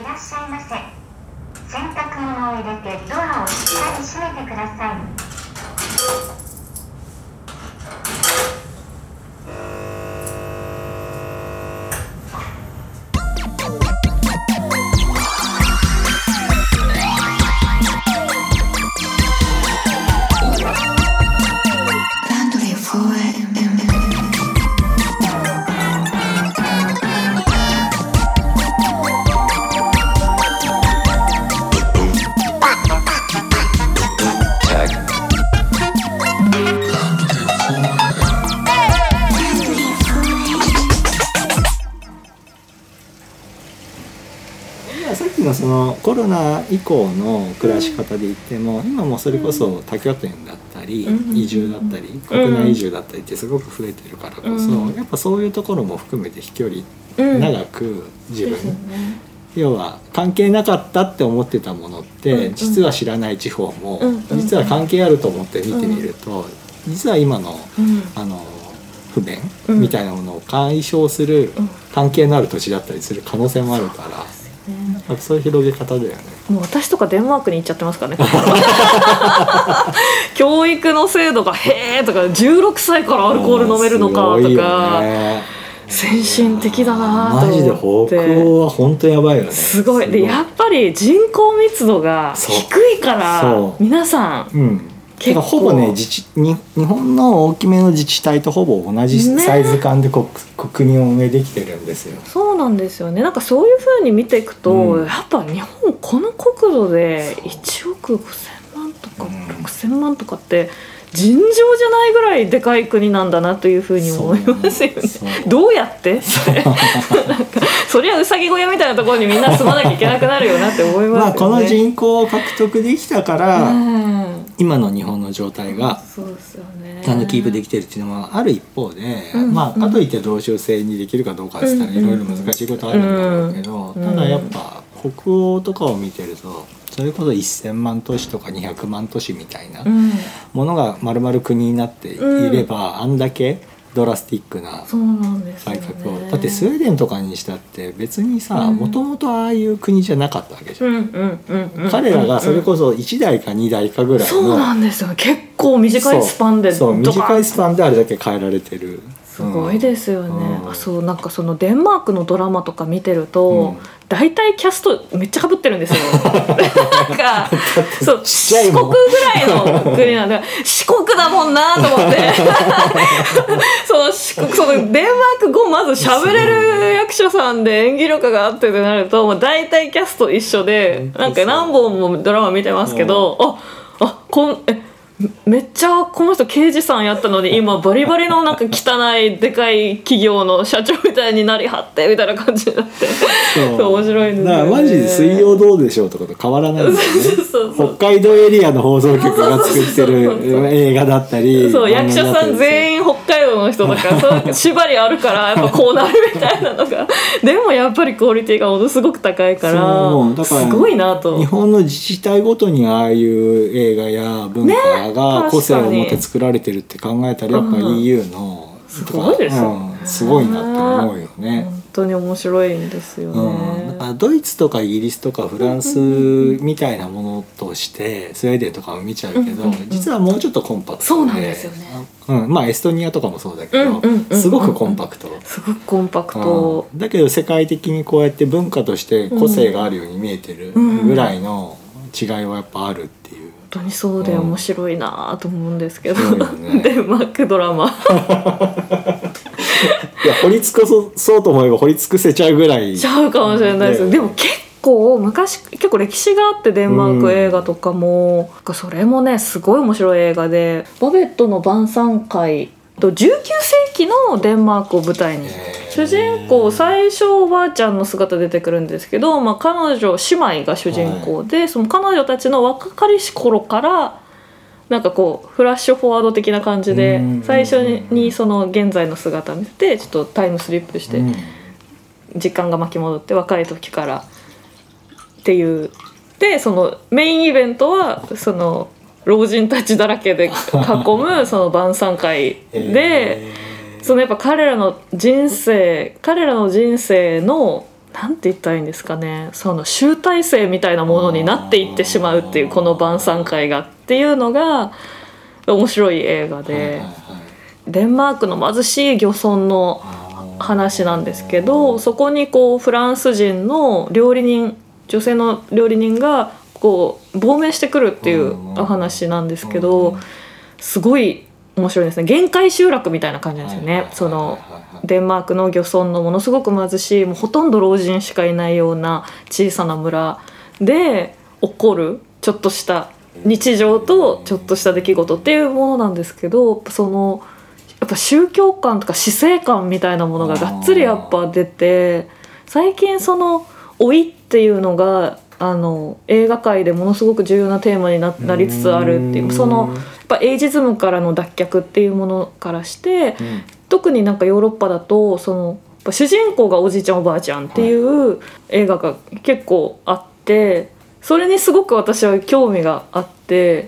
らっしゃいませ。洗濯物を入れてドアをしっかり閉めてください。 さっきのそのコロナ以降の暮らし方で言っても、今もそれこそ多拠点だったり、移住だったり、国内移住だったりってすごく増えてるからこそ、やっぱそういうところも含めて飛距離長く自分、要は関係なかったって思ってたものって、実は知らない地方も、実は関係あると思って見てみると、実は今の、不便みたいなものを解消する関係のある土地だったりする可能性もあるから、そういう広げ方だよね。 もう私とかデンマークに行っちゃってますからね教育の制度がへーとか、16歳からアルコール飲めるのかとか、先進的だなと思って。 マジで北欧は本当やばいよね。 すごい。でやっぱり人口密度が低いから皆さん、 結構ほぼね、日本の大きめの自治体とほぼ同じサイズ感で国を運営できてるんですよ。 そうなんですよね。なんかそういう風に見ていくと、やっぱ日本この国土で1億5000万とか6000万とかって尋常じゃないぐらいでかい国なんだなというふうに思いますよね。どうやってなんかそりゃうさぎ小屋みたいなところにみんな住まなきゃいけなくなるよなって思いますよね。 この人口を獲得できたから、今の日本の状態がキープできてるっていうのはある一方で、かといって同州制にできるかどうかって言ったらいろいろ難しいことあるんだろうけど、ただやっぱ北欧とかを見てると、それこそ1000万都市とか200万都市みたいなものが丸々国になっていれば、あんだけドラスティックな改革を、だってスウェーデンとかにしたって別にさ、もともとああいう国じゃなかったわけじゃん。彼らがそれこそ1代か2代かぐらいの、 そうなんですよ。結構短いスパンで短いスパンであれだけ変えられてる。 すごいですよね。そう、なんかそのデンマークのドラマとか見てると、大体キャストめっちゃ被ってるんですよなんかそう四国ぐらいの国なんで、四国だもんなと思ってそのデンマーク語まず喋れる役者さんで演技力があってってなると、もう大体キャスト一緒で、なんか何本もドラマ見てますけど、めっちゃこの人刑事さんやったのに今バリバリのなんか汚いでかい企業の社長みたいになりはってみたいな感じになってそう面白いんですよね。 だからマジで水曜どうでしょうとかと変わらないんだよね北海道エリアの放送局が作ってる映画だったり、 そう役者さん全員北海道の人だからそう縛りあるからやっぱこうなるみたいなのがでもやっぱりクオリティがものすごく高いからすごいなと。 日本の自治体ごとにああいう映画や文化が個性を持って作られてるって考えたら、やっぱ EU のすごいですよね。 すごいなって思うよね。 本当に面白いんですよね。 だからドイツとかイギリスとかフランスみたいなものとしてスウェーデンとかも見ちゃうけど、実はもうちょっとコンパクトで、 そうなんですよね。 エストニアとかもそうだけど、すごくコンパクト、 すごくコンパクト、 だけど世界的にこうやって文化として個性があるように見えてるぐらいの違いはやっぱあるっていう。 本当にそうで面白いなと思うんですけど、デンマークドラマいや掘り尽くそうと思えば掘り尽くせちゃうぐらいちゃうかもしれないです。でも結構歴史があって、デンマーク映画とかも、それもねすごい面白い映画で、バベットの晩餐会と19世紀のデンマークを舞台に、主人公最初おばあちゃんの姿出てくるんですけど、彼女姉妹が主人公で、その彼女たちの若かりし頃からなんかこうフラッシュフォワード的な感じで、最初にその現在の姿見てちょっとタイムスリップして時間が巻き戻って若い時からっていう。でそのメインイベントはその老人たちだらけで囲むその晩餐会で、そのやっぱ彼らの人生のなんて言ったらいいんですかね、その集大成みたいなものになっていってしまうっていう、この晩餐会がっていうのが面白い映画で、デンマークの貧しい漁村の話なんですけど、そこにこうフランス人の料理人、女性の料理人がこう亡命してくるっていうお話なんですけど、すごい面白いですね。限界集落みたいな感じなんですよね。そのデンマークの漁村のものすごく貧しい、もうほとんど老人しかいないような小さな村で起こるちょっとした日常とちょっとした出来事っていうものなんですけど、そのやっぱ宗教観とか死生観みたいなものががっつりやっぱ出て、最近その老いっていうのが映画界でものすごく重要なテーマに なりつつあるっていう、そのやっぱエイジズムからの脱却っていうものからして、特になんかヨーロッパだとその主人公がおじいちゃんおばあちゃんっていう映画が結構あって、それにすごく私は興味があって、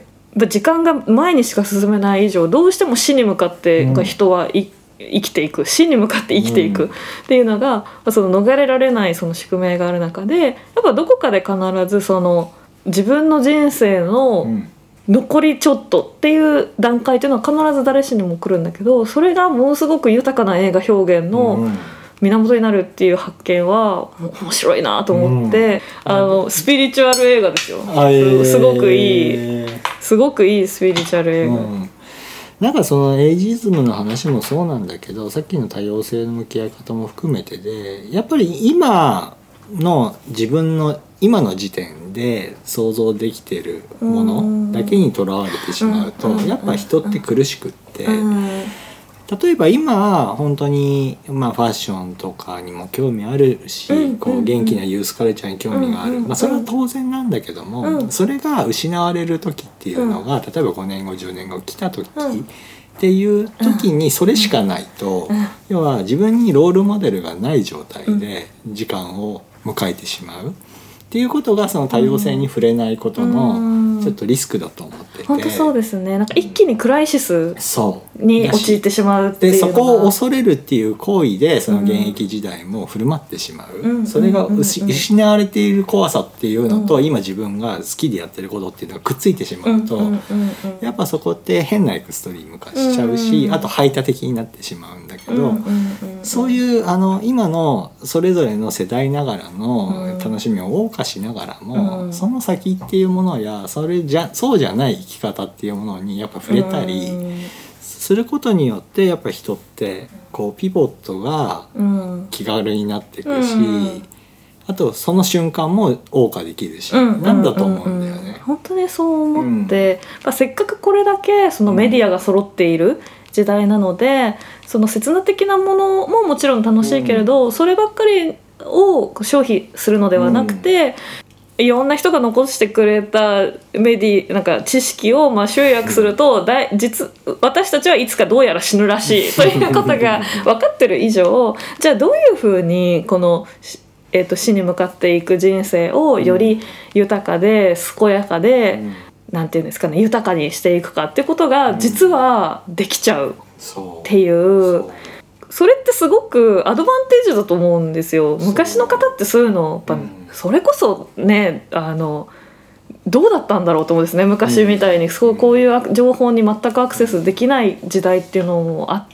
時間が前にしか進めない以上どうしても死に向かって人は生きていく、死に向かって生きていくっていうのが、その逃れられないその宿命がある中で、やっぱどこかで必ずその自分の人生の残りちょっとっていう段階っていうのは必ず誰しにも来るんだけど、それがものすごく豊かな映画表現の源になるっていう発見は面白いなと思って、スピリチュアル映画ですよ。すごくいい、すごくいいスピリチュアル映画。 なんかそのエイジズムの話もそうなんだけど、さっきの多様性の向き合い方も含めてで、やっぱり今の自分の今の時点で想像できてるものだけにとらわれてしまうと、やっぱ人って苦しくって、例えば今本当にファッションとかにも興味あるし、こう元気なユースカルチャーに興味がある、それは当然なんだけども、それが失われる時っていうのが、例えば5年後10年後来た時っていう時にそれしかないと、要は自分にロールモデルがない状態で時間を迎えてしまうっていうことが、その多様性に触れないことのちょっとリスクだと思ってて、 本当そうですね。なんか一気にクライシスに陥ってしまうっていうのが、 でそこを恐れるっていう行為でその現役時代も振る舞ってしまう、それが失われている怖さっていうのと、今自分が好きでやってることっていうのがくっついてしまうと、やっぱそこって変なエクストリーム化しちゃうし、あと排他的になってしまうんだけど、そういう今のそれぞれの世代ながらの楽しみを謳歌しながらも、その先っていうものやそうじゃない生き方っていうものにやっぱ触れたりすることによって、やっぱ人ってこうピボットが気軽になっていくし、あとその瞬間も謳歌できるし、なんだと思うんだよね。 本当にそう思って、せっかくこれだけそのメディアが揃っている時代なので、その刹那的なものももちろん楽しいけれど、そればっかりを消費するのではなくて、いろんな人が残してくれたメディなんか知識を集約すると、私たちはいつかどうやら死ぬらしいということが分かってる以上、じゃあどういうふうにこの、死に向かっていく人生をより豊かで健やかで、なんていうんですかね、豊かにしていくかっていうことが実はできちゃうっていう、それってすごくアドバンテージだと思うんですよ。昔の方ってそういうのやっぱ、それこそね、どうだったんだろうと思うんですね。昔みたいにこういう情報に全くアクセスできない時代っていうのもあって、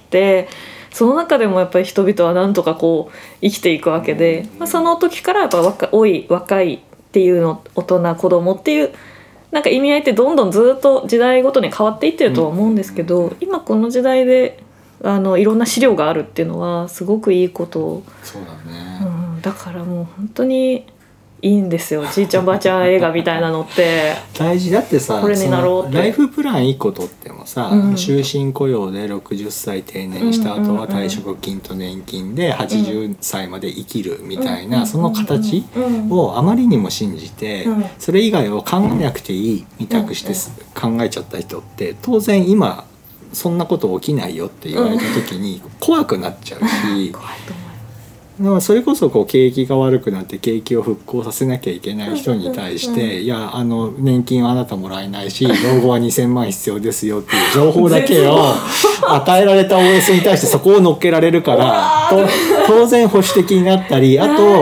その中でもやっぱり人々はなんとかこう生きていくわけで、その時からやっぱ若いっていうの、大人子供っていうなんか意味合いってどんどんずっと時代ごとに変わっていってるとは思うんですけど、今この時代でいろんな資料があるっていうのはすごくいいこと。 そうだね、 だからもう本当にいいんですよ、じいちゃんばあちゃん映画みたいなのって大事だってさ、 これになろうってライフプラン1個取ってもさ、終身雇用で60歳定年した後は退職金と年金で80歳まで生きるみたいな、その形をあまりにも信じて、それ以外を考えなくていいみたくして考えちゃった人って、当然今そんなこと起きないよって言われた時に怖くなっちゃうし、それこそこう景気が悪くなって景気を復興させなきゃいけない人に対して、いや年金はあなたもらえないし老後は2000万必要ですよっていう情報だけを与えられた OS に対してそこを乗っけられるから当然保守的になったり、あと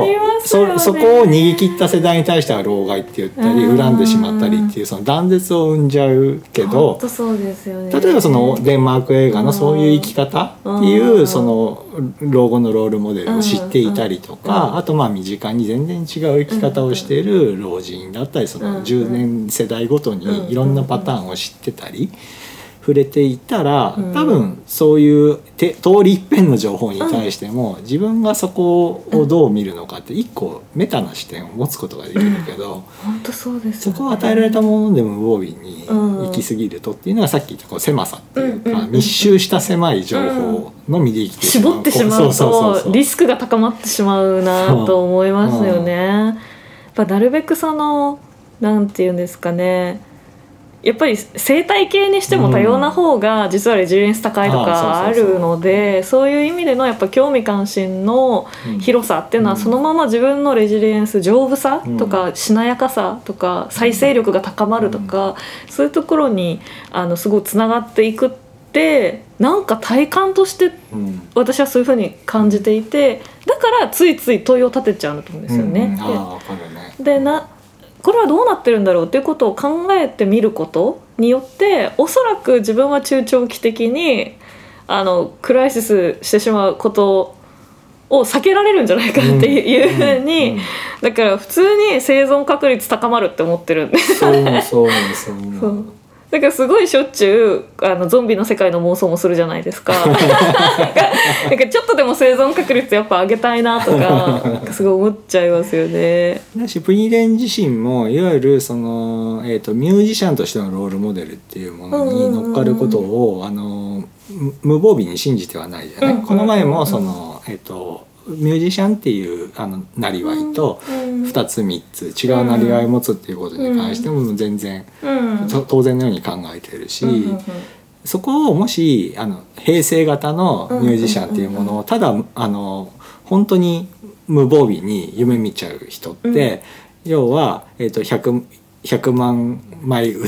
ますよね。 そこを逃げ切った世代に対しては老害って言ったり恨んでしまったりっていうその断絶を生んじゃうけど、 本当そうですよね。 例えばそのデンマーク映画のそういう生き方っていうその老後のロールモデルを知っていたりとか、あとまあ身近に全然違う生き方をしている老人だったり、その10年世代ごとにいろんなパターンを知ってたり触れていたら、多分そういう通り一遍の情報に対しても自分がそこをどう見るのかって一個メタな視点を持つことができるけど、 本当そうですよね。 そこを与えられたもので無防備に行き過ぎるとっていうのがさっき言ったこう狭さっていうか、密集した狭い情報のみで生きてしまう、 絞ってしまうとリスクが高まってしまうなと思いますよね。やっぱなるべくそのなんていうんですかね、やっぱり生態系にしても多様な方が実はレジリエンス高いとかあるので、そういう意味でのやっぱ興味関心の広さっていうのはそのまま自分のレジリエンス、丈夫さとかしなやかさとか再生力が高まるとか、そういうところにすごいつながっていくってなんか体感として私はそういうふうに感じていて、だからついつい問いを立てちゃうんだと思うんですよね。でこれはどうなってるんだろうっていうことを考えてみることによっておそらく自分は中長期的にクライシスしてしまうことを避けられるんじゃないかっていうふうに、だから普通に生存確率高まるって思ってるんでそうだからすごいしょっちゅうゾンビの世界の妄想もするじゃないですかなんかちょっとでも生存確率やっぱ上げたいなとかすごい思っちゃいますよね。 だしプニレン自身もいわゆるその、ミュージシャンとしてのロールモデルっていうものに乗っかることを無防備に信じてはないじゃない、この前もその、ミュージシャンっていうなりわいと2つ3つ違うなりわいを持つっていうことに関しても全然当然のように考えてるし、そこをもし平成型のミュージシャンっていうものをただ本当に無防備に夢見ちゃう人って、要は100万枚売って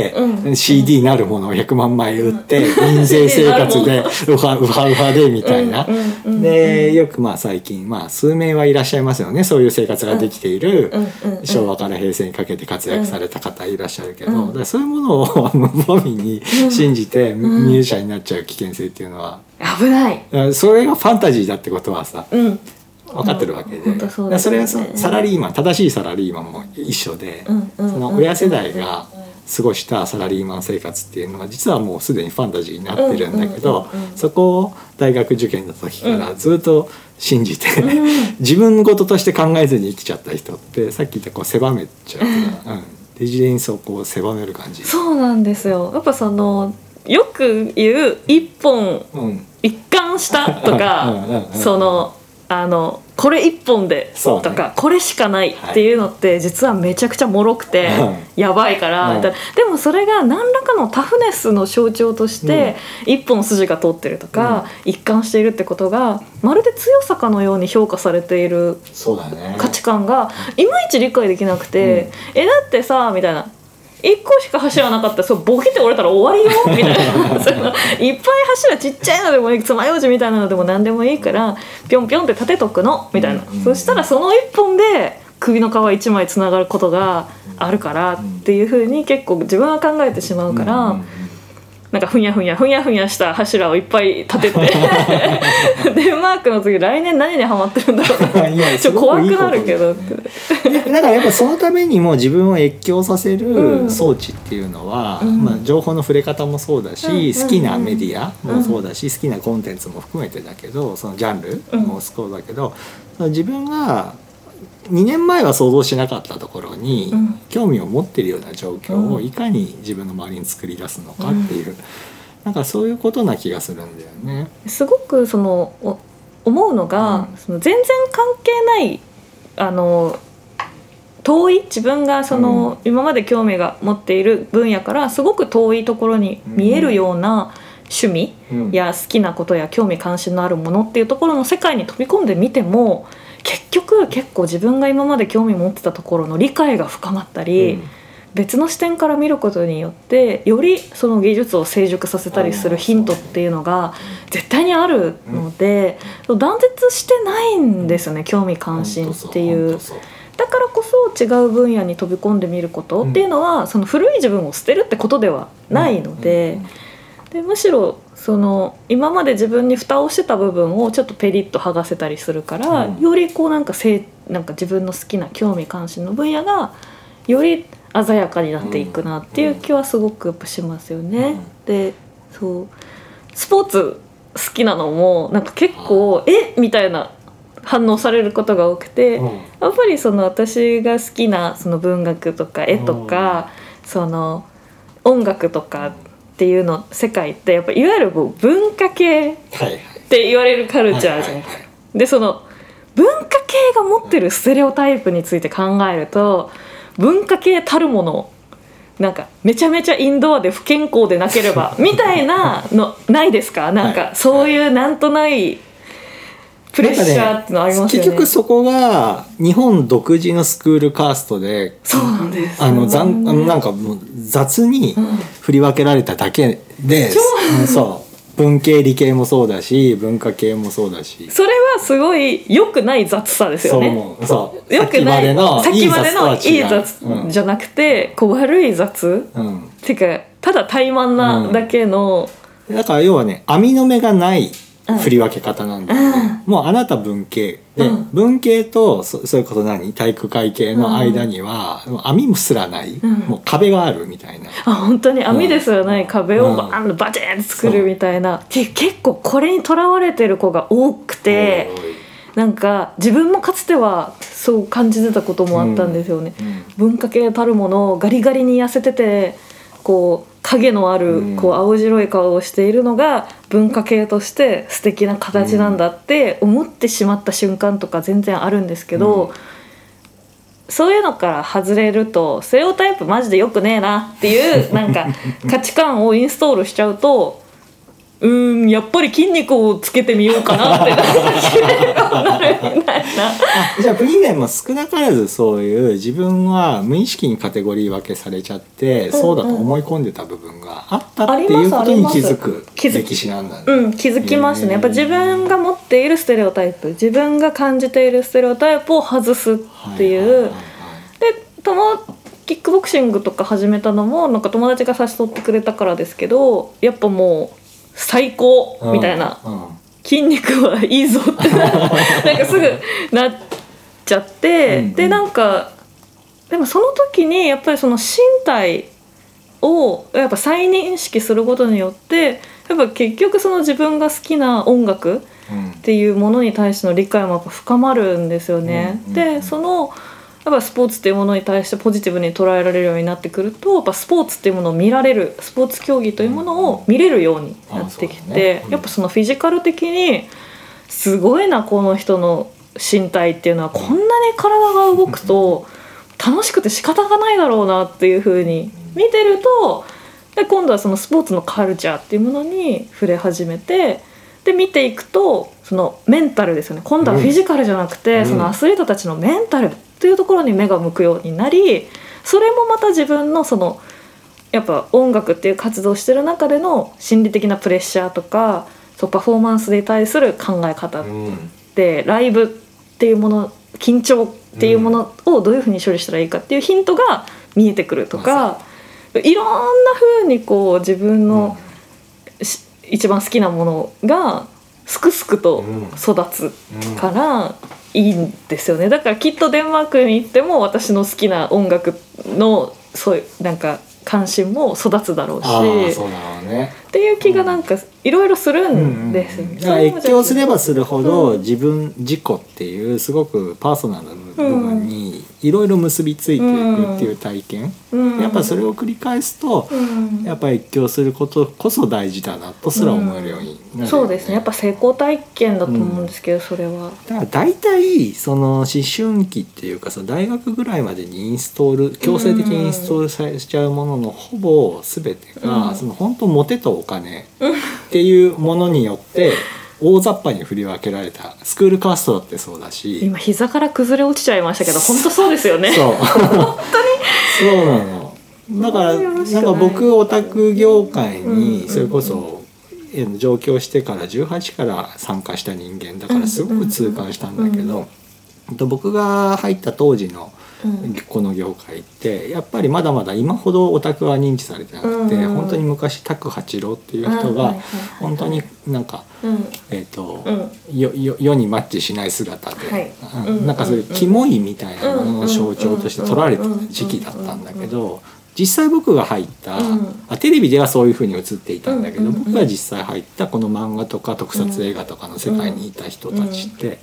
、CD なるものを100万枚売って印税生活でウハウハでみたいな、でよくまあ最近数名はいらっしゃいますよね、そういう生活ができている昭和から平成にかけて活躍された方いらっしゃるけど、だからそういうものを無防備に信じてミュージシャンになっちゃう危険性っていうのは危ない。 それがファンタジーだってことはさ、分かってるわけで、それはサラリーマン、正しいサラリーマンも一緒で、その親世代が過ごしたサラリーマン生活っていうのは実はもうすでにファンタジーになってるんだけど、そこを大学受験の時からずっと信じて、自分事として考えずに生きちゃった人ってさっき言ったこう狭めちゃう、レジリエンスをこう狭める感じ。 そうなんですよ。やっぱそのよく言う一本、一貫したとかそのこれ一本でとか、これしかないっていうのって実はめちゃくちゃ脆くてやばいから、でもそれが何らかのタフネスの象徴として一本筋が通ってるとか、一貫しているってことがまるで強さかのように評価されている価値観がいまいち理解できなくて、だってさみたいな、1個しか柱なかったらそうボキって折れたら終わりよみたいなそのいっぱい柱ちっちゃいのでもいい、爪楊枝みたいなのでも何でもいいからピョンピョンって立てとくのみたいな、そしたらその1本で首の皮1枚つながることがあるからっていう風に結構自分は考えてしまうから、なんかふにゃふにゃした柱をいっぱい立ててデンマークの次来年何にハマってるんだろうなちょっと怖くなるけどだからやっぱそのためにも自分を越境させる装置っていうのは、情報の触れ方もそうだし、好きなメディアもそうだし、好きなコンテンツも含めてだけど、そのジャンルもそうだけど、自分が2年前は想像しなかったところに興味を持っているような状況をいかに自分の周りに作り出すのかっていう、なんかそういうことな気がするんだよね。 すごくその思うのが、その全然関係ない遠い自分がその、今まで興味が持っている分野からすごく遠いところに見えるような趣味や好きなことや興味関心のあるものっていうところの世界に飛び込んでみても、結局結構自分が今まで興味持ってたところの理解が深まったり、 別の視点から見ることによってよりその技術を成熟させたりするヒントっていうのが絶対にあるので、断絶してないんですよね、興味関心っていう。だからこそ違う分野に飛び込んでみることっていうのは、その古い自分を捨てるってことではないので、でむしろその今まで自分に蓋をしてた部分をちょっとペリッと剥がせたりするから、よりこうなんか自分の好きな興味関心の分野がより鮮やかになっていくなっていう気はすごくやっぱしますよね。でそうスポーツ好きなのもなんか結構みたいな反応されることが多くて、やっぱりその私が好きなその文学とか絵とかその音楽とかっていうの世界ってやっぱいわゆるこう文化系って言われるカルチャーじゃないですか。でその文化系が持ってるステレオタイプについて考えると、文化系たるものなんかめちゃめちゃインドアで不健康でなければみたいなのないですか？なんかそういうなんとないプレッシャーってのありますよね。 結局そこが日本独自のスクールカーストで、 そうなんです。 なんかもう雑に振り分けられただけで、そう文系理系もそうだし文化系もそうだし、 それはすごい良くない雑さですよね。 そう良くない先までのいい雑じゃなくて、こう悪い雑、っていうかただ怠慢なだけの、 だから要はね網の目がない振り分け方なんだよね。もうあなた文系で、文系とそういうこと体育会系の間には、網すらない、もう壁があるみたいな。 本当に網ですらない壁をバチンって作るみたいな、結構これにとらわれてる子が多くて、なんか自分もかつてはそう感じてたこともあったんですよね。文化系たるものガリガリに痩せててこう影のあるこう青白い顔をしているのが文化系として素敵な形なんだって思ってしまった瞬間とか全然あるんですけど、そういうのから外れるとステレオタイプマジでよくねえなっていうなんか価値観をインストールしちゃうと、やっぱり筋肉をつけてみようかなってなるみたいな。 じゃあブリネンも少なからずそういう自分は無意識にカテゴリー分けされちゃって、そうだと思い込んでた部分があったっていうことに気づく歴史なんだね。気づきますね。やっぱ自分が持っているステレオタイプ、自分が感じているステレオタイプを外すっていう。でキックボクシングとか始めたのもなんか友達が差し取ってくれたからですけど、やっぱもう最高みたいな、筋肉はいいぞってなんかすぐなっちゃって、でなんかでもその時にやっぱりその身体をやっぱ再認識することによってやっぱ結局その自分が好きな音楽っていうものに対しての理解もやっぱ深まるんですよね。でそのやっぱスポーツっていうものに対してポジティブに捉えられるようになってくると、やっぱスポーツっていうものを見られる、スポーツ競技というものを見れるようになってきて、やっぱそのフィジカル的にすごいなこの人の身体っていうのはこんなに体が動くと楽しくて仕方がないだろうなっていう風に見てると、で今度はそのスポーツのカルチャーっていうものに触れ始めて、で見ていくとそのメンタルですよね。今度はフィジカルじゃなくて、そのアスリートたちのメンタルというところに目が向くようになり、それもまた自分のそのやっぱ音楽っていう活動をしてる中での心理的なプレッシャーとか、そうパフォーマンスに対する考え方で、ライブっていうもの、緊張っていうものをどういうふうに処理したらいいかっていうヒントが見えてくるとか、いろんな風にこう自分の一番好きなものがすくすくと育つからいいんですよね。だからきっとデンマークに行っても私の好きな音楽のそういうなんか関心も育つだろうし、 そうだろうねっていう気がなんかいろいろするんですよね。 だから越境すればするほど自分自己っていうすごくパーソナルな部分にいろいろ結びついていくっていう体験、やっぱそれを繰り返すと、やっぱり越境することこそ大事だなとすら思えるようになるよね。 そうですね。やっぱ成功体験だと思うんですけど、それはだから大体その思春期っていうかその大学ぐらいまでにインストール強制的にインストールされちゃうもののほぼ全てが、その本当モテとお金っていうものによって大雑把に振り分けられたスクールカーストだってそうだし、 今膝から崩れ落ちちゃいましたけど本当そうですよね。 そう本当にそうなの。 だからなんか僕オタク業界にそれこそ上京してから18から参加した人間だからすごく痛感したんだけど、僕が入った当時のこの業界ってやっぱりまだまだ今ほどオタクは認知されてなくて、本当に昔拓八郎っていう人が本当になんか世にマッチしない姿でなんかそういうキモいみたいなものの象徴として取られてた時期だったんだけど、実際僕が入ったテレビではそういう風に映っていたんだけど、僕が実際入ったこの漫画とか特撮映画とかの世界にいた人たちって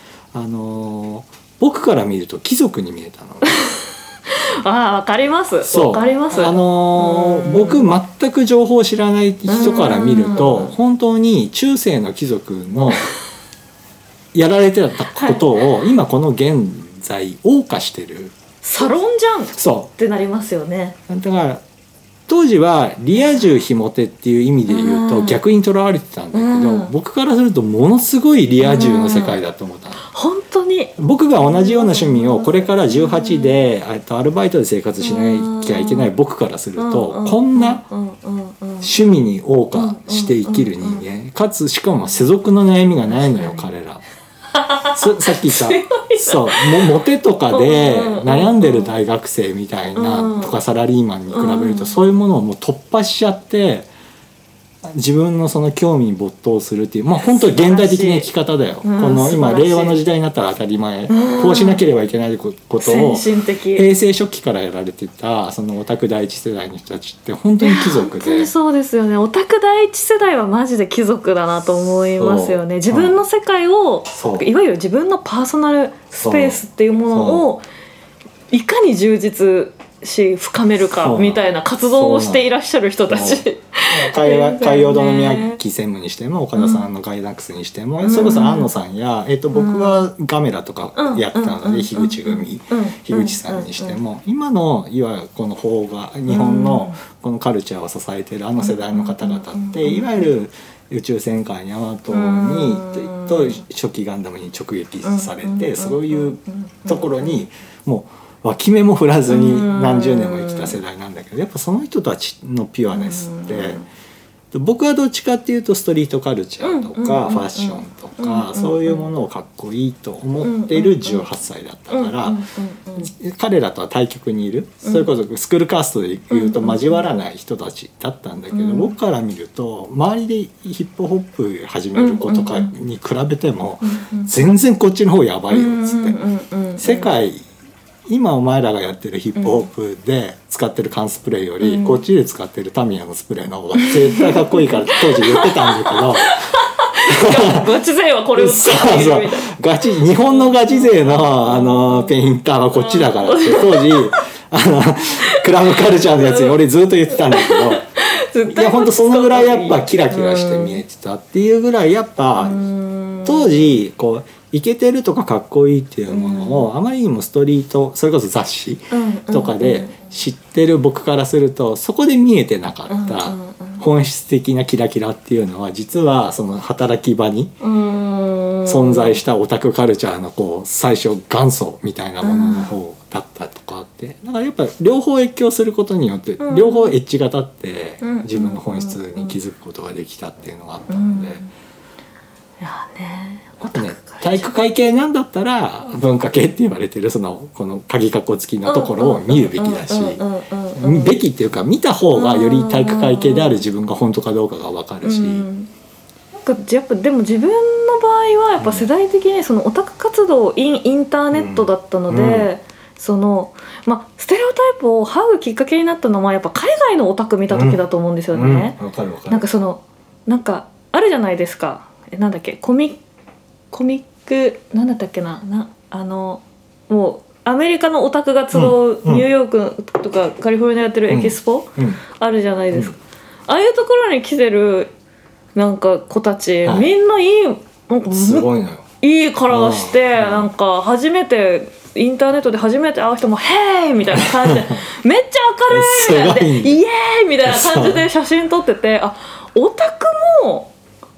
僕から見ると貴族に見えたの。 ああ、わかります。わかります。 僕全く情報を知らない人から見ると本当に中世の貴族のやられてたことを今この現在謳歌してる。 サロンじゃんそうってなりますよね。 だから当時はリア充ひも手っていう意味で言うと逆にとらわれてたんだけど、僕からするとものすごいリア充の世界だと思ったの。 本当に僕が同じような趣味をこれから18でアルバイトで生活しなきゃいけない僕からするとこんな趣味に謳歌して生きる人間かつしかも世俗の悩みがないのよ彼ら。さっき言ったそうモテとかで悩んでる大学生みたいなとかサラリーマンに比べるとそういうものをもう突破しちゃって自分のその興味に没頭するっていう本当に現代的な生き方だよ。この今令和の時代になったら当たり前こうしなければいけないことを平成初期からやられてたそのオタク第一世代の人たちって本当に貴族で。 本当にそうですよね。オタク第一世代はマジで貴族だなと思いますよね。自分の世界をいわゆる自分のパーソナルスペースっていうものをいかに充実し深めるかみたいな活動をしていらっしゃる人たち。 海洋堂の宮城専務にしても岡田さんのガイダックスにしても、それこそ安野さんや、僕はガメラとかやってたので、樋口さんにしても、今のいわゆるこの邦画日本のこのカルチャーを支えているあの世代の方々って、いわゆる宇宙戦艦ヤマトにと初期ガンダムに直撃されて、そういうところにもう脇目も振らずに何十年も生きた世代なんだけど、やっぱその人たちのピュアネスって僕はどっちかっていうとストリートカルチャーとかファッションとかそういうものをかっこいいと思っている18歳だったから彼らとは対極にいる、それこそスクールカーストで言うと交わらない人たちだったんだけど、僕から見ると周りでヒップホップ始める子とかに比べても全然こっちの方やばいよっつって世界今お前らがやってるヒップホップで使ってる缶スプレーより、こっちで使ってるタミヤのスプレーの方が絶対かっこいいから当時言ってたんだけどガチ勢はこれを使っているみたいな。 日本のガチ勢のペインターはこっちだからって当時クラブカルチャーのやつに俺ずっと言ってたんだけどいや本当そのぐらいやっぱキラキラして見えてたっていうぐらいやっぱ当時こうイケてるとかかっこいいっていうものをあまりにもストリートそれこそ雑誌とかで知ってる僕からするとそこで見えてなかった本質的なキラキラっていうのは実はその働き場に存在したオタクカルチャーのこう最初元祖みたいなものの方だったとかってだからやっぱ両方越境することによって両方エッジが立って自分の本質に気づくことができたっていうのがあったので。 いやね体育会系なんだったら文化系って言われてるこの鍵括弧付きのところを見るべきだしべきっていうか見た方がより体育会系である自分が本当かどうかが分かるし、 やっぱでも自分の場合はやっぱ世代的にそのオタク活動インターネットだったので、ステレオタイプを剥ぐきっかけになったのはやっぱ海外のオタク見た時だと思うんですよね。なんかあるじゃないですか。なんだっけコミックなんだったっけなもうアメリカのオタクが集うニューヨークとかカリフォルニアやってるエキスポあるじゃないですか、ああいうところに来てるなんか子たち、みんないいなんかすごいのよいい体してなんか初めてインターネットで初めて会う人も「ヘーイ!」みたいな感じでめっちゃ明るいみたいなでイエーイみたいな感じで写真撮っててオタクもこういう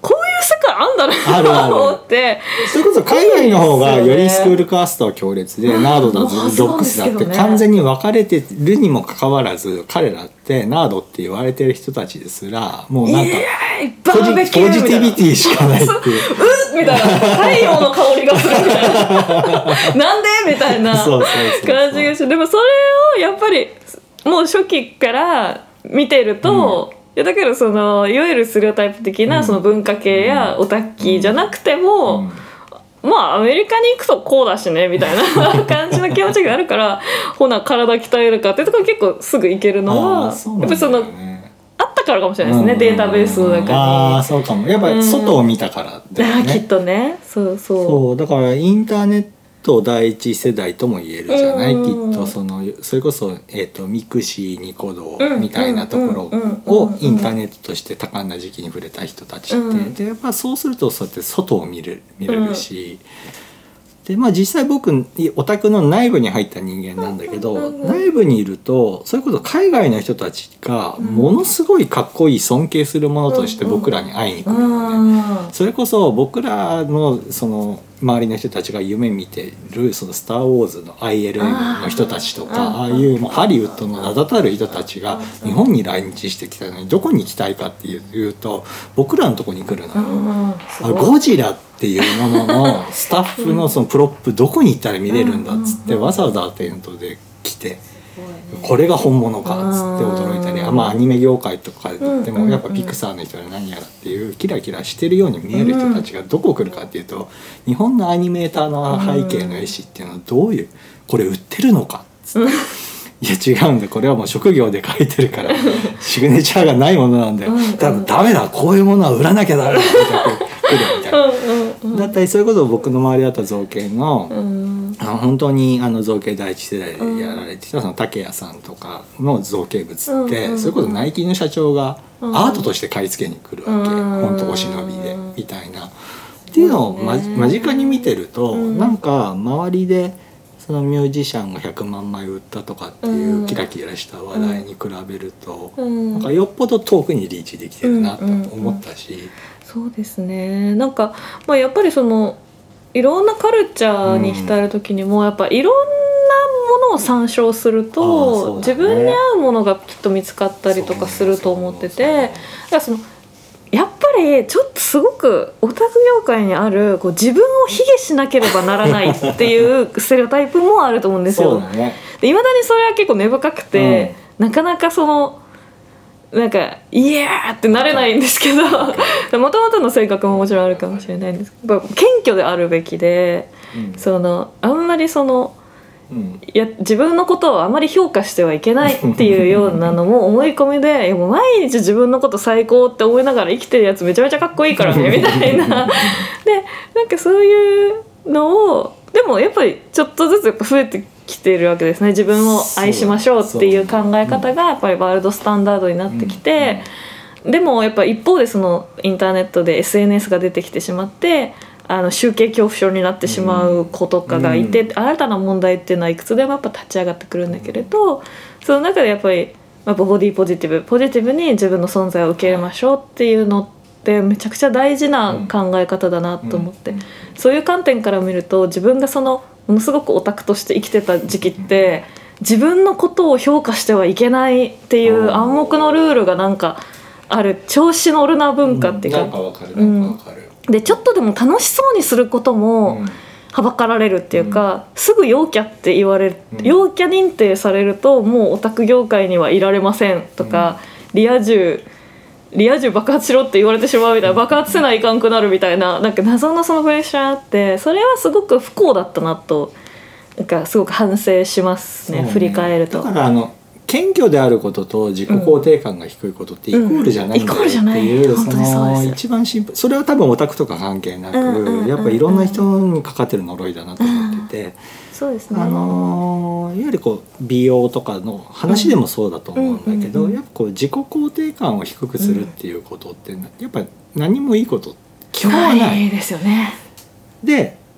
世界あんだなと思って。 それこそ海外の方がよりスクールカーストは強烈で、ナードだドックスだって完全に分かれてるにもかかわらず、彼らってナードって言われてる人たちですらもうなんかポジティビティしかないっていうみたいな、太陽の香りがするみたいななんでみたいな感じがして、でもそれをやっぱりもう初期から見てると、いやだけどそのいわゆるステレオタイプ的なその文化系やオタッキーじゃなくても、まあアメリカに行くとこうだしねみたいな感じの気持ちがあるから、ほな体鍛えるかってところ結構すぐ行けるのは、やっぱりそのあったからかもしれないですね、データベースの中に。 ああそうかも、やっぱり外を見たからだよね、 きっとね。そうだからインターネット第一世代とも言えるじゃない、きっとそれこそ、ミクシーニコ動みたいなところをインターネットとして多感な時期に触れた人たちって、でやっぱそうするとそうやって外を見れるし、でまあ実際僕オタクの内部に入った人間なんだけど、内部にいるとそれこそ海外の人たちがものすごいかっこいい尊敬するものとして僕らに会いに来るので、それこそ僕らのその周りの人たちが夢見てるそのスター・ウォーズの ILM の人たちとか、ああいうもうハリウッドの名だたる人たちが日本に来日してきたのにどこに行きたいかっていうと僕らのとこに来るのよ。ゴジラっていうもののスタッフのそのプロップどこに行ったら見れるんだっつってわざわざテントで来て、これが本物かっつって驚いたり、まあアニメ業界とかでもやっぱピクサーの人は何やらっていうキラキラしてるように見える人たちがどこ来るかっていうと、日本のアニメーターの背景の絵師っていうのはどういうこれ売ってるのかっつっていや違うんだ、これはもう職業で書いてるからシグネチャーがないものなんだよ、ダメだこういうものは売らなきゃダメだみたいなだったり、そういうことを僕の周りだった造形の本当に造形第一世代でやられてきたその竹谷さんとかの造形物って、それこそナイキの社長がアートとして買い付けに来るわけ、本当お忍びでみたいなっていうのを間近に見てると、なんか周りでそのミュージシャンが100万枚売ったとかっていうキラキラした話題に比べると、なんかよっぽど遠くにリーチできてるなと思ったし、 そうですね。なんか、まあ、やっぱりそのいろんなカルチャーに浸る時にもやっぱいろんなものを参照すると、自分に合うものがきっと見つかったりとかすると思ってて、だからそのやっぱりちょっとすごくオタク業界にあるこう自分を卑下しなければならないっていうステレオタイプもあると思うんですよ。で未だにそれは結構根深くて、なかなかそのなんかイエーってなれないんですけど、もともとの性格ももちろんあるかもしれないんですけど、謙虚であるべきで、そのあんまりそのいや自分のことをあまり評価してはいけないっていうようなのも思い込みで、いやもう毎日自分のこと最高って思いながら生きてるやつめちゃめちゃかっこいいからねみたいなでなんかそういうのをでもやっぱりちょっとずつやっぱ増えてきているわけですね。自分を愛しましょうっていう考え方がやっぱりワールドスタンダードになってきて、でもやっぱ一方でそのインターネットで SNS が出てきてしまって集計恐怖症になってしまう子とかがいて、新たな問題っていうのはいくつでもやっぱ立ち上がってくるんだけれど、その中でやっぱりボディポジティブに自分の存在を受け入れましょうっていうのってめちゃくちゃ大事な考え方だなと思って、そういう観点から見ると自分がそのものすごくオタクとして生きてた時期って自分のことを評価してはいけないっていう暗黙のルールがなんかある調子乗るな文化っていうか、 なんかわかるなんかわかる、 でちょっとでも楽しそうにすることもはばかられるっていうか、すぐ陽キャって言われる、陽キャ認定されるともうオタク業界にはいられませんとか、リア充爆発しろって言われてしまうみたいな、爆発せないかんくなるみたいな、なんか謎のそのプレッシャーあって、それはすごく不幸だったなとなんかすごく反省しますね、振り返ると。 だから謙虚であることと自己肯定感が低いことってイコールじゃないんだよっていう、その一番シンプル、それは多分オタクとか関係なく、やっぱいろんな人にかかってる呪いだなと思ってて、 そうですね、 いわゆるこう美容とかの話でもそうだと思うんだけど、やっぱこう自己肯定感を低くするっていうことってやっぱ何もいいこと基本はないですよね。 で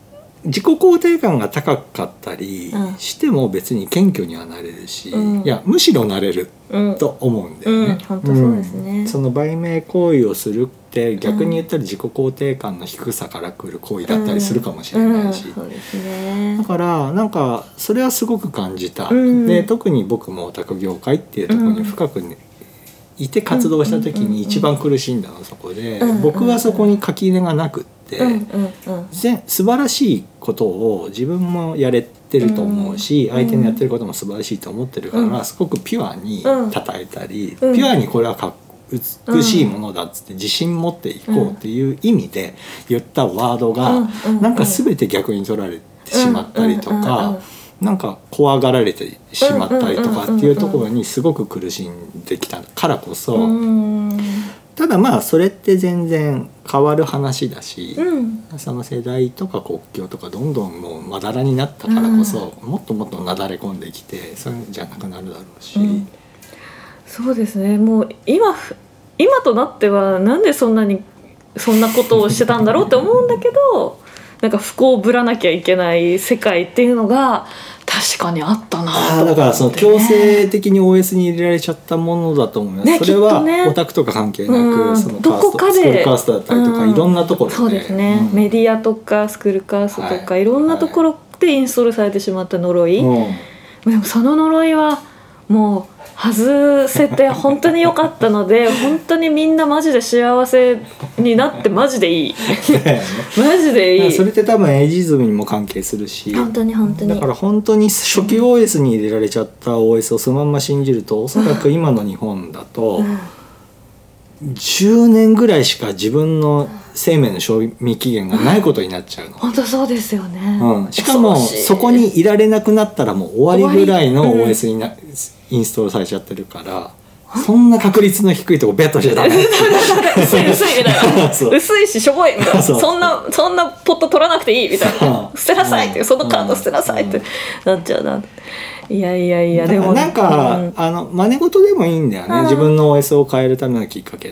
自己肯定感が高かったりしても別に謙虚にはなれるし、いやむしろなれると思うんだよね。 本当そうですね。 その売名行為をするって逆に言ったら自己肯定感の低さから来る行為だったりするかもしれないし、 そうですね。 だからなんかそれはすごく感じた。で特に僕もオタク業界っていうところに深くねいて活動した時に一番苦しんだのはそこで、僕はそこに垣根がなくって、素晴らしいことを自分もやれてると思うし、相手のやってることも素晴らしいと思ってるから、すごくピュアに称えたり、ピュアにこれは美しいものだっつって自信持っていこうっていう意味で言ったワードがなんか全て逆に取られてしまったりとか、なんか怖がられてしまったりとかっていうところにすごく苦しんできたからこそ、ただまあそれって全然変わる話だし、その世代とか国境とかどんどんもうまだらになったからこそ、もっともっとなだれ込んできてそれじゃなくなるだろうし、 そうですね。もう今となってはなんでそんなことをしてたんだろうって思うんだけど、なんか不幸ぶらなきゃいけない世界っていうのが確かにあったなと思って、 だからその強制的に OS に入れられちゃったものだと思います、それはオタクとか関係なく、そのどこかでスクールカーストだったりとか、いろんなところで、 そうですね、メディアとかスクールカーストとか、いろんなところでインストールされてしまった呪い、でもその呪いはもう外せて本当に良かったので本当にみんなマジで幸せになってマジでいいマジでいい。 それって多分エイジズムにも関係するし、 本当にだから本当に初期 OS に入れられちゃった OS をそのまま信じると、おそらく今の日本だと10年ぐらいしか自分の生命の賞味期限がないことになっちゃうの。 本当そうですよね、 しかもそこにいられなくなったらもう終わりぐらいの OS にインストールされちゃってるから、そんな確率の低いとこベットしちゃダメ薄いみたいな薄いししょぼいみたいな、そんなポット取らなくていいみたいな捨てなさいってそのカード捨てなさいってなっちゃうな。いやでもなんか、真似事でもいいんだよね、自分の OS を変えるためのきっかけって、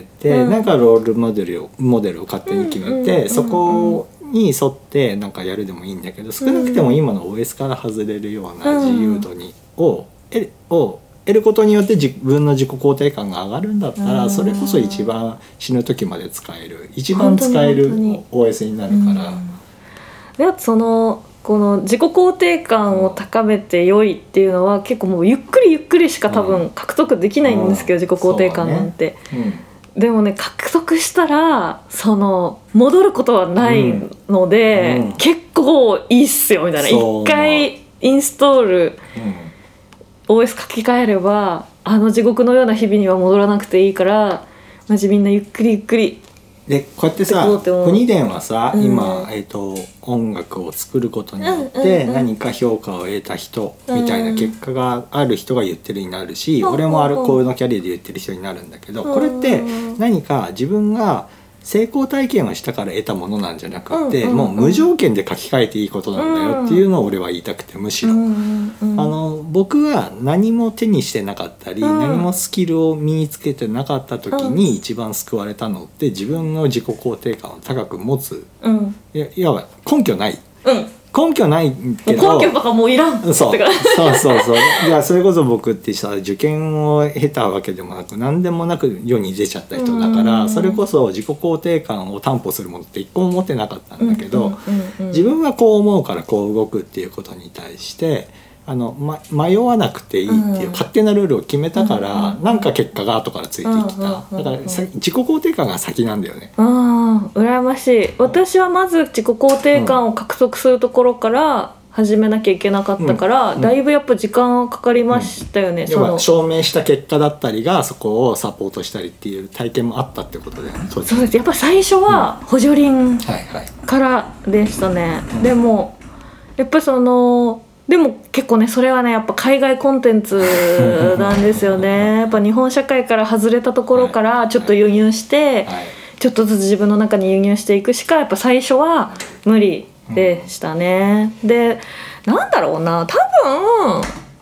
なんかロールモデルを勝手に決めて、そこに沿ってなんかやるでもいいんだけど、少なくても今の OS から外れるような自由度を得ることによって自分の自己肯定感が上がるんだったら、それこそ一番死ぬ時まで使える一番使える OS になるから。 でこの自己肯定感を高めて良いっていうのは結構もうゆっくりしか多分獲得できないんですけど、自己肯定感なんて、でもね獲得したら戻ることはないので、結構いいっすよみたいな、一回インストール、OS 書き換えれば地獄のような日々には戻らなくていいから、マジみんなゆっくりでこうやってさ、国伝はさ、今、音楽を作ることによって何か評価を得た人みたいな結果がある人が言ってるになるし、俺もこうのキャリアで言ってる人になるんだけど、これって何か自分が成功体験をしたから得たものなんじゃなくて、もう無条件で書き換えていいことなんだよっていうのを俺は言いたくて、むしろ僕は何も手にしてなかったり、何もスキルを身につけてなかった時に一番救われたのって自分の自己肯定感を高く持つ、いわば根拠ない、根拠ないけど、 根拠とかもういらんそういやそれこそ僕ってさ、受験を経たわけでもなく何でもなく世に出ちゃった人だから、それこそ自己肯定感を担保するものって一個も持ってなかったんだけど、自分はこう思うからこう動くっていうことに対して迷わなくていいっていう勝手なルールを決めたから、なんか結果が後からついてきた。だから自己肯定感が先なんだよね。 羨ましい。私はまず自己肯定感を獲得するところから始めなきゃいけなかったから、だいぶやっぱ時間かかりましたよね。 証明した結果だったりがそこをサポートしたりっていう体験もあったってことで、 そうです。やっぱ最初は補助輪からでしたね。でもやっぱでも結構ね、それはねやっぱ海外コンテンツなんですよね。やっぱ日本社会から外れたところからちょっと輸入して、ちょっとずつ自分の中に輸入していくしかやっぱ最初は無理でしたね。でなんだろうな、多分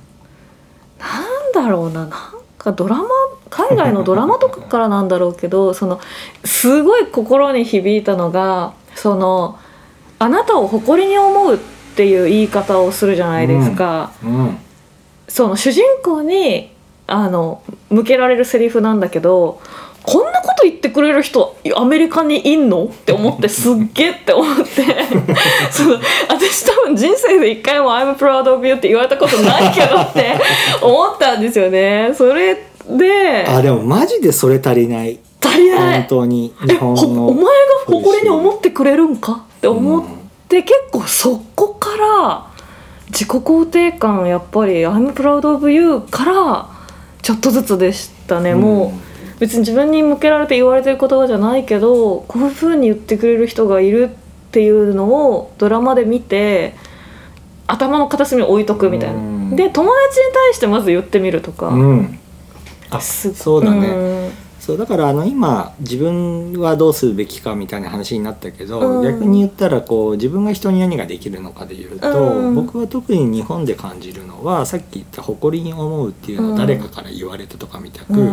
なんか海外のドラマとかからなんだろうけど、すごい心に響いたのがあなたを誇りに思うってっていう言い方をするじゃないですか、その主人公に向けられるセリフなんだけど、こんなこと言ってくれる人アメリカにいんのって思ってすっげーって思ってそう私多分人生で一回も I'm proud of you って言われたことないけどって思ったんですよね。それででもマジでそれ足りない本当に日本のお前が誇りに思ってくれるんかって思って、結構そこから自己肯定感やっぱり I'm proud of you からちょっとずつでしたね。もう別に自分に向けられて言われてる言葉じゃないけど、こういう風に言ってくれる人がいるっていうのをドラマで見て頭の片隅に置いとくみたいな、で友達に対してまず言ってみるとか、 そうだね、そうだから今自分はどうするべきかみたいな話になったけど、逆に言ったらこう自分が人に何ができるのかでいうと、僕は特に日本で感じるのはさっき言った誇りに思うっていうのを誰かから言われたとかみたく、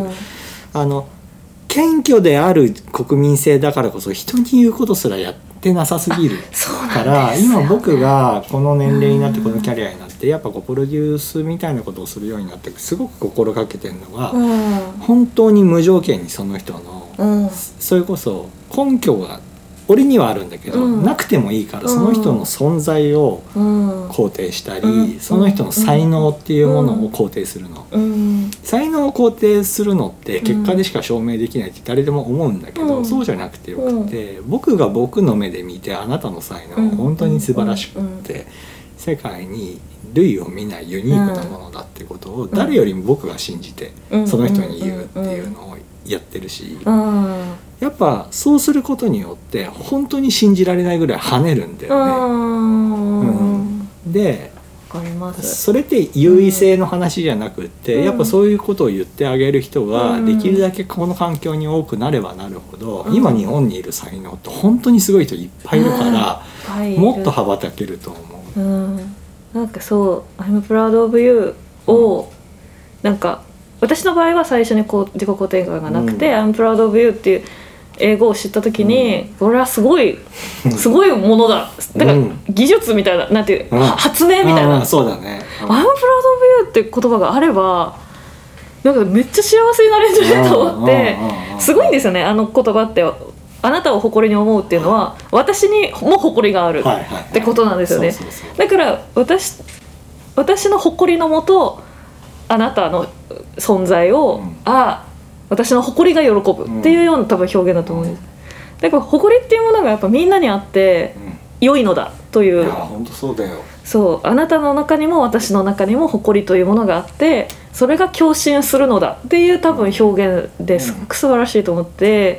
謙虚である国民性だからこそ人に言うことすらやってなさすぎるから、今僕がこの年齢になってこのキャリアになってやっぱプロデュースみたいなことをするようになってすごく心がけてるのが、本当に無条件にその人の、それこそ根拠が俺にはあるんだけど、なくてもいいからその人の存在を肯定したり、その人の才能っていうものを肯定するの、才能を肯定するのって結果でしか証明できないって誰でも思うんだけど、そうじゃなくてよくて、僕が僕の目で見てあなたの才能は本当に素晴らしくって、世界に類を見ないユニークなものだってことを誰よりも僕が信じてその人に言うっていうのをやってるし、やっぱそうすることによって本当に信じられないぐらい跳ねるんだよね。でそれって優位性の話じゃなくって、やっぱそういうことを言ってあげる人ができるだけこの環境に多くなればなるほど、今日本にいる才能って本当にすごい人いっぱいいるから、もっと羽ばたけると思う。 なんかそう「I'm proud of you」をなんか私の場合は最初にこう自己肯定感がなくて「I'm proud of you」っていう英語を知った時に、これはすごいものだ、だから技術みたいな、なんていう、発明みたいな、 そうだね、 I'm proud of you って言葉があればなんかめっちゃ幸せになれるんじゃないと思って、すごいんですよね、あの言葉って。あなたを誇りに思うっていうのは私にも誇りがあるってことなんですよね。だから私の誇りのもとあなたの存在を、私の誇りが喜ぶっていうような多分表現だと思うんです。だから誇りっていうものがやっぱみんなにあって良いのだという、 本当そうだよ。 そう、あなたの中にも私の中にも誇りというものがあって、それが共振するのだっていう多分表現ですごく素晴らしいと思って、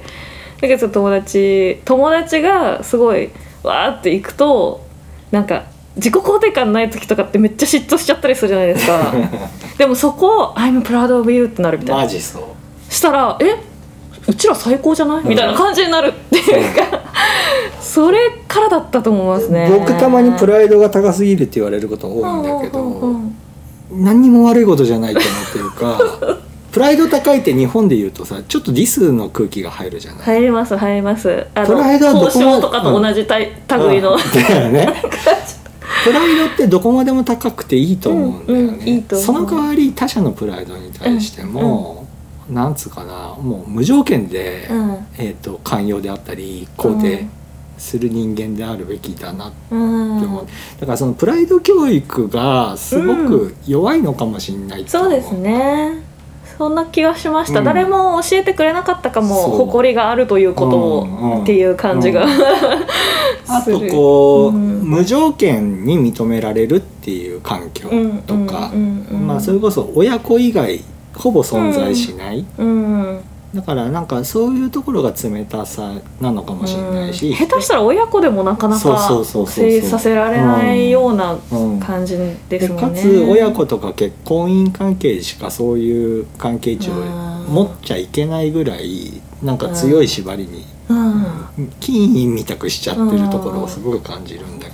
だけど友達がすごいわーっていくとなんか自己肯定感ない時とかってめっちゃ嫉妬しちゃったりするじゃないですかでもそこを I'm proud of you ってなるみたいな。 マジそうしたらうちら最高じゃないみたいな感じになるっていうかそれからだったと思いますね。 僕たまにプライドが高すぎるって言われること多いんだけど、何にも悪いことじゃないと思ってるかプライド高いって日本で言うとさ、ちょっとディスの空気が入るじゃない。 入りますプライドはどこ交渉とかと同じ類の、 だよねプライドってどこまでも高くていいと思うんだよね、 いいと思う。 その代わり他者のプライドに対しても、なんつうかな、もう無条件で、寛容であったり肯定する人間であるべきだなって思う、だからそのプライド教育がすごく弱いのかもしれないと思う、 そうですね、そんな気がしました、誰も教えてくれなかったかも、誇りがあるということを、っていう感じが、 あとこう、無条件に認められるっていう環境とか、それこそ親子以外ほぼ存在しない、だからなんかそういうところが冷たさなのかもしれないし、 下手したら親子でもなかなか成立させられないような感じですもんね。 かつ親子とか結婚姻関係でしかそういう関係値を持っちゃいけないぐらいなんか強い縛りに、金印みたくしちゃってるところをすごく感じるんだけ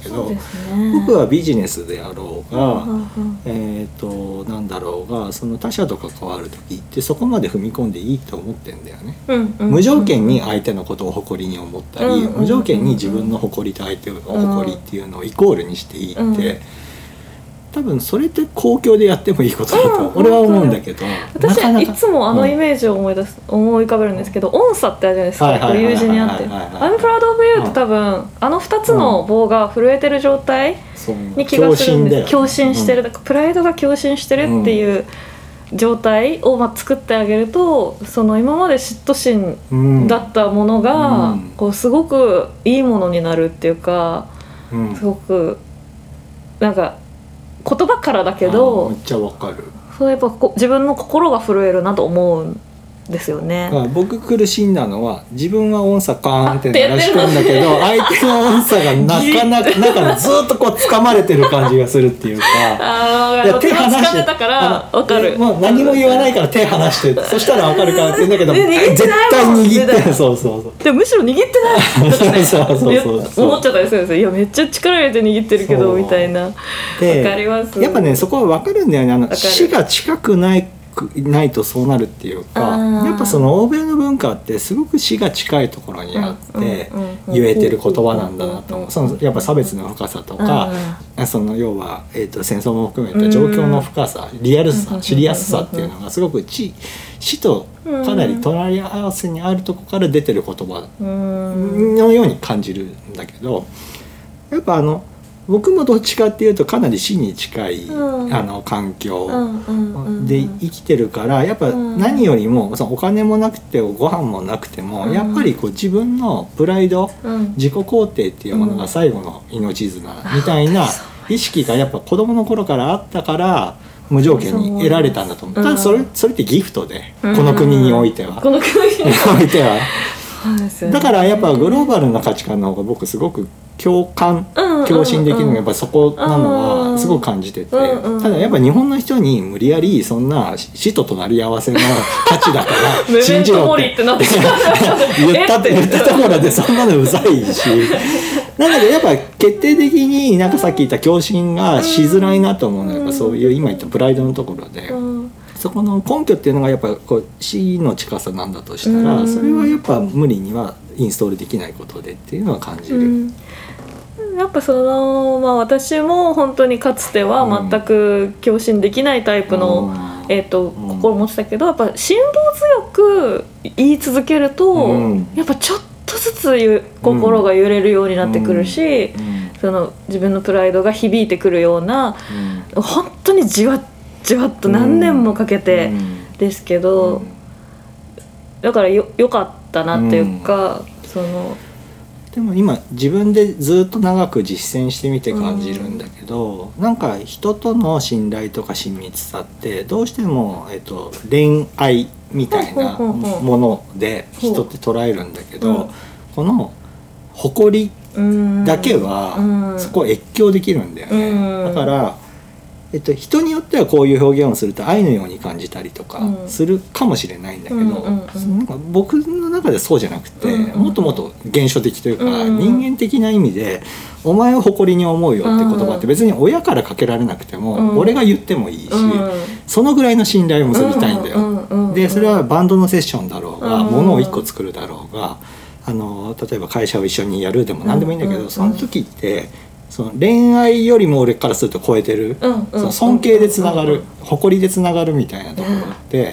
けど、 ね、 僕はビジネスであろうが、なんだろうがその他者と関わる時ってそこまで踏み込んでいいと思ってんだよね、無条件に相手のことを誇りに思ったり、無条件に自分の誇りと相手の誇りっていうのをイコールにしていいって、多分それって公共でやってもいいことだと俺は思うんだけど、 私はいつもあのイメージを思い浮かべるんですけど、音差ってあるじゃないですか、友人にあって I'm proud of you って多分あの2つの棒が震えてる状態に気がするんです。共振してる、だからプライドが共振してるっていう状態を作ってあげると、その今まで嫉妬心だったものがこうすごくいいものになるっていうか、すごくなんか言葉からだけどめっちゃわかる。 そうやっぱ自分の心が震えるなと思うんですよね。 僕苦しんだのは自分は音差カーンって鳴らしてるんだけど相手の音差がなかなかなんかずっとこう掴まれてる感じがするっていうか手離してたから分かる。 もう何も言わないから手離してそしたら分かるからって言うんだけど絶対握ってる。そうでむしろ握ってないそう思っちゃったりするんですよ。いやめっちゃ力入れて握ってるけどみたいな。分かります。 やっぱねそこは分かるんだよね。死が近くないとそうなるっていうか、やっぱその欧米の文化ってすごく死が近いところにあって言えてる言葉なんだなと思う。そのやっぱ差別の深さとか、その要は、戦争も含めた状況の深さ、リアルさ、シリアスさっていうのがすごく死とかなり隣り合わせにあるところから出てる言葉のように感じるんだけど、やっぱ僕もどっちかっていうとかなり死に近い、環境で生きてるからやっぱ何よりもそのお金もなくてご飯もなくても、やっぱりこう自分のプライド、自己肯定っていうものが最後の命綱みたいな意識がやっぱ子供の頃からあったから無条件に得られたんだと思う。ただそれってギフトで、この国においては。この国においてはだからやっぱグローバルな価値観の方が僕すごく共振できるのがやっぱそこなのはすごく感じてて、ただやっぱ日本の人に無理やりそんな死と隣り合わせの価値だから信じろって言ったところでそんなのうざいしなんだけどやっぱ決定的になんかさっき言った共振がしづらいなと思うのはやっぱそういう今言ったプライドのところで。そこの根拠っていうのがやっぱこう死の近さなんだとしたら、それはやっぱ無理にはインストールできないことでっていうのは感じる。 やっぱ私も本当にかつては全く共振できないタイプの、心持ってたけど、やっぱ辛抱強く言い続けると、やっぱちょっとずつ心が揺れるようになってくるし、その自分のプライドが響いてくるような、本当にじわっと何年もかけてですけど、だからよかったなっていうか、 でも今自分でずっと長く実践してみて感じるんだけど、なんか人との信頼とか親密さってどうしても、恋愛みたいなもので人って捉えるんだけど、この誇りだけはそこを越境できるんだよね。だから人によってはこういう表現をすると愛のように感じたりとかするかもしれないんだけど、なんか僕の中でそうじゃなくて、もっともっと原初的というか、人間的な意味で「お前を誇りに思うよ」って言葉って別に親からかけられなくても、俺が言ってもいいし、そのぐらいの信頼を結びたいんだよ。でそれはバンドのセッションだろうが、物を一個作るだろうが、例えば会社を一緒にやるでも何でもいいんだけど、その時ってその恋愛よりも俺からすると超えてる、その尊敬でつながる、誇りでつながるみたいなところって、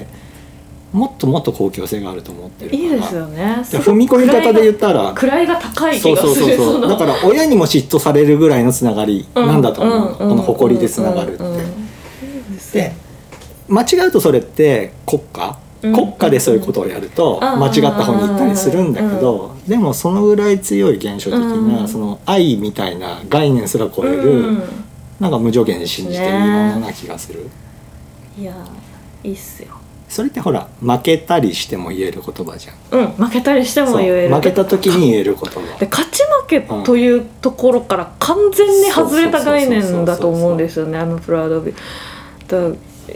もっともっと公共性があると思ってるから。いいですよね。 踏み込み方で言ったら位が高い気がする。 そうだから親にも嫉妬されるぐらいのつながりなんだと思う、この誇りでつながるって。で間違うとそれって国家でそういうことをやると間違った方に行ったりするんだけど、でもそのぐらい強い現象的なその愛みたいな概念すら超える、なんか無条件で信じていいものな気がする。 いやいいっすよ。 それってほら負けたりしても言える言葉じゃん。 負けたりしても言える。 負けた時に言える言葉で、勝ち負けというところから完全に外れた概念だと思うんですよね。プライド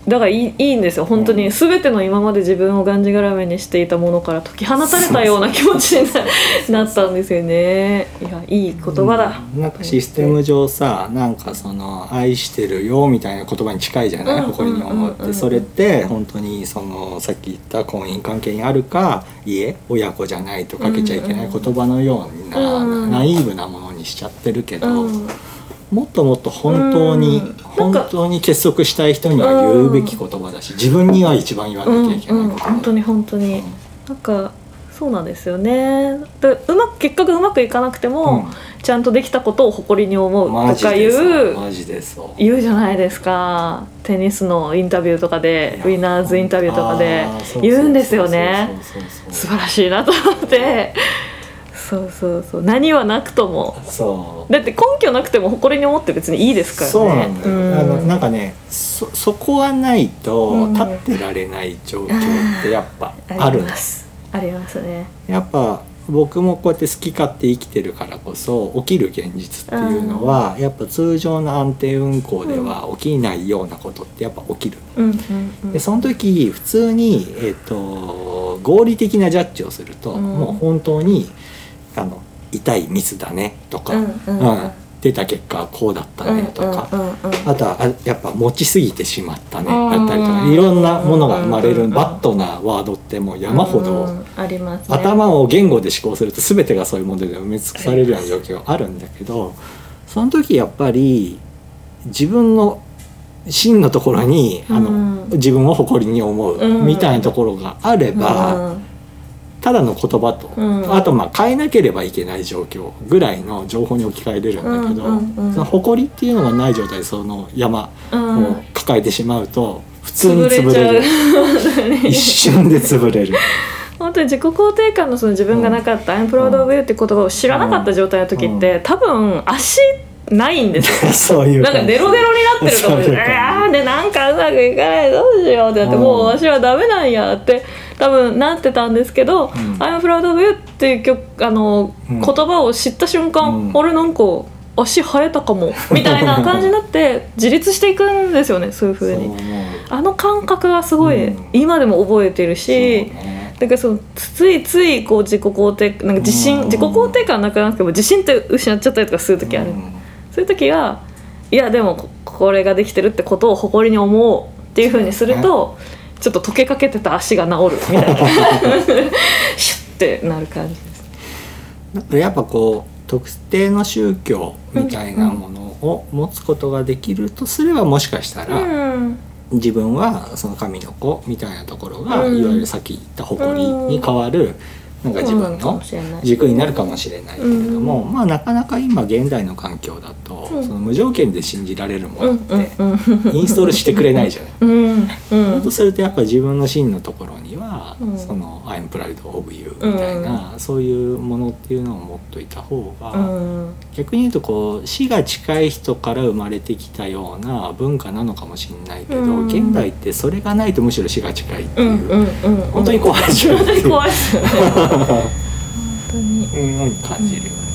だからいいんですよ本当に、全ての今まで自分をがんじがらめにしていたものから解き放たれたような気持ちになったんですよね。いやいい言葉だ、 なんかシステム上さ、なんかその愛してるよみたいな言葉に近いじゃない、誇りに思って。それって本当にそのさっき言った婚姻関係にあるか親子じゃないとかけちゃいけない言葉のような、ナイーブなものにしちゃってるけど、もっともっと本当に結束したい人には言うべき言葉だし、自分には一番言わなきゃいけない言葉、 本当に本当に、なんかそうなんですよね。で結局うまくいかなくても、ちゃんとできたことを誇りに思うとか言うじゃないですか。テニスのインタビューとかで、ウィナーズインタビューとかで言うんですよね。素晴らしいなと思って。そう何はなくとも、だって根拠なくても誇りに思って別にいいですからね。 そうなんだよ、なんかね、そこはないと立ってられない状況ってやっぱあるんです、 ありますね。 やっぱ僕もこうやって好き勝手生きてるからこそ起きる現実っていうのは、やっぱ通常の安定運行では起きないようなことってやっぱ起きる、でその時普通に、合理的なジャッジをすると、もう本当に痛いミスだねとか、出た結果こうだったねとか、あとはやっぱ持ちすぎてしまったねだったりとか、いろんなものが生まれるバッドなワードってもう山ほどありますね。 頭を言語で思考すると全てがそういうもので埋め尽くされるような状況があるんだけど、その時やっぱり自分の真のところに自分を誇りに思うみたいなところがあれば、ただの言葉と、あと変えなければいけない状況ぐらいの情報に置き換えれるんだけど、その誇りっていうのがない状態でその山を抱えてしまうと普通に潰れる一瞬で潰れる。 本当に自己肯定感のその自分がなかった「I'm proud of you」って言葉を知らなかった状態の時って、多分足ないんですよそういうなんかデロデロになってると思う。でなんかうまくいかないどうしようってなって、もう私はダメなんやって多分なってたんですけど、I'm proud of you っていう言葉を知った瞬間、あれなんか足生えたかもみたいな感じになって自立していくんですよね。そういう風に感覚がすごい今でも覚えてるし、だからついついこう自己肯定なんか自己肯定感なくなっても自信って失っちゃったりとかする時ある、そういう時はいやでもこれができてるってことを誇りに思うっていう風にすると、ちょっと溶けかけてた足が治るみたいなシュッてなる感じです。 やっぱこう特定の宗教みたいなものを持つことができるとすれば、もしかしたら、自分はその神の子みたいなところが、いわゆるさっき言った誇りに変わるなんか自分の軸になるかもしれないけれども、なかなか今現代の環境だと、その無条件で信じられるものってインストールしてくれないじゃない。とするとやっぱ自分の真のところには、その「I'm proud of you」みたいな、そういうものっていうのを持っといた方が、逆に言うとこう死が近い人から生まれてきたような文化なのかもしれないけど、現代ってそれがないとむしろ死が近いっていう、本当に怖い状況。 本当に怖いですよね。本当に感じるよね。